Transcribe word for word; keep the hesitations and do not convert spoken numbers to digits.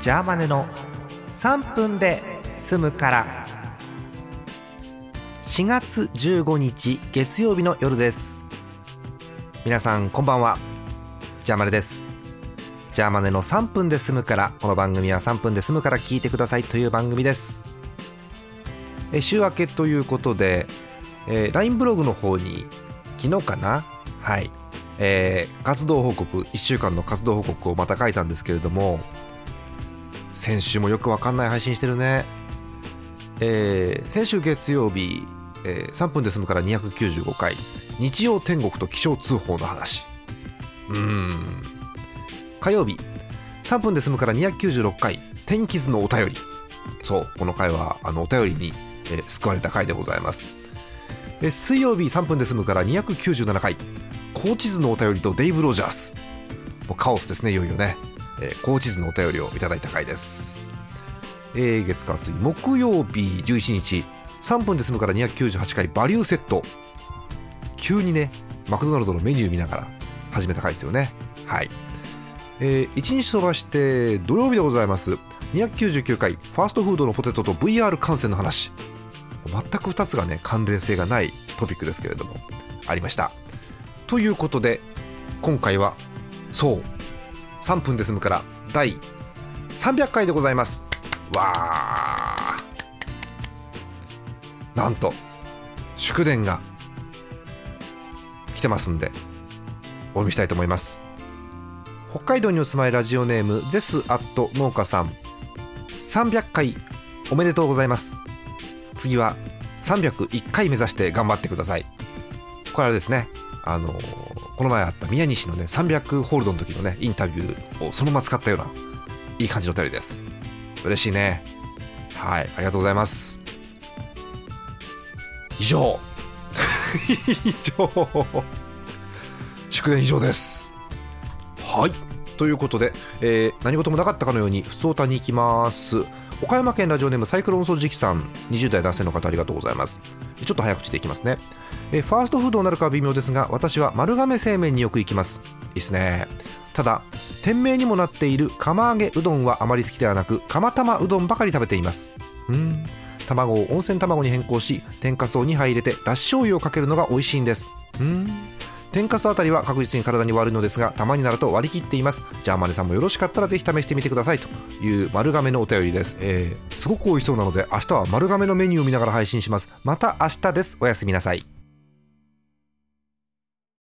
ジャーマネのさんぷんで済むから。しがつじゅうごにち月曜日の夜です。皆さんこんばんは。ジャーマネです。ジャーマネのさんぷんで済むから。この番組はさんぷんで済むから聞いてくださいという番組です。え週明けということで、えー、ライン ブログの方に昨日かな、はい、えー、活動報告、いっしゅうかんの活動報告をまた書いたんですけれども、先週もよくわかんない配信してるね。えー、先週月曜日、えー、さんぷんで済むからにひゃくきゅうじゅうごかい、日曜天国と気象通報の話。うーん火曜日、さんぷんで済むからにひゃくきゅうじゅうろっかい、天気図のお便り。そう、この回はあのお便りに、えー、救われた回でございます。えー、水曜日、さんぷんで済むからにひゃくきゅうじゅうななかい、高知図のお便りとデイブ・ロジャース。もうカオスですね、いよいよね。えー、高知図のお便りをいただいた回です。えー、月火水木曜日じゅういちにち、さんぷんで済むからにひゃくきゅうじゅうはちかい、バリューセット。急にね、マクドナルドのメニュー見ながら始めた回ですよね。はい。えー、いちにち飛ばして土曜日でございます。にひゃくきゅうじゅうきゅうかい、ファーストフードのポテトと ブイアール 観戦の話。全くふたつがね、関連性がないトピックですけれどもありました。ということで今回はそうさんぷんで済むからだいさんびゃっかいでございます。わー、なんと祝電が来てますんでお読みしたいと思います。北海道にお住まいラジオネームゼスアット農家さん、さんびゃっかいおめでとうございます。次はさんびゃくいっかい目指して頑張ってください。これあれですね、あのー、この前あった宮西のねさんびゃくホールドの時のねインタビューをそのまま使ったようないい感じのお便りです。嬉しいね。はい、ありがとうございます。以上以上祝電以上です。はい、ということで、えー、何事もなかったかのようにふつおたに行きます。岡山県ラジオネームサイクロン掃除機さん、にじゅうだい男性の方、ありがとうございます。ちょっと早口でいきますね。えファーストフードになるかは微妙ですが、私は丸亀製麺によく行きます。いいですね。ただ店名にもなっている釜揚げうどんはあまり好きではなく、釜玉うどんばかり食べています。うーん卵を温泉卵に変更し、天かすをにはい入れてだし醤油をかけるのが美味しいんです。うーん天かすあたりは確実に体に悪いのですが、たまになると割り切っています。じゃあマネさんもよろしかったらぜひ試してみてくださいという丸亀のお便りです。えー、すごく美味しそうなので明日は丸亀のメニューを見ながら配信します。また明日です。おやすみなさい。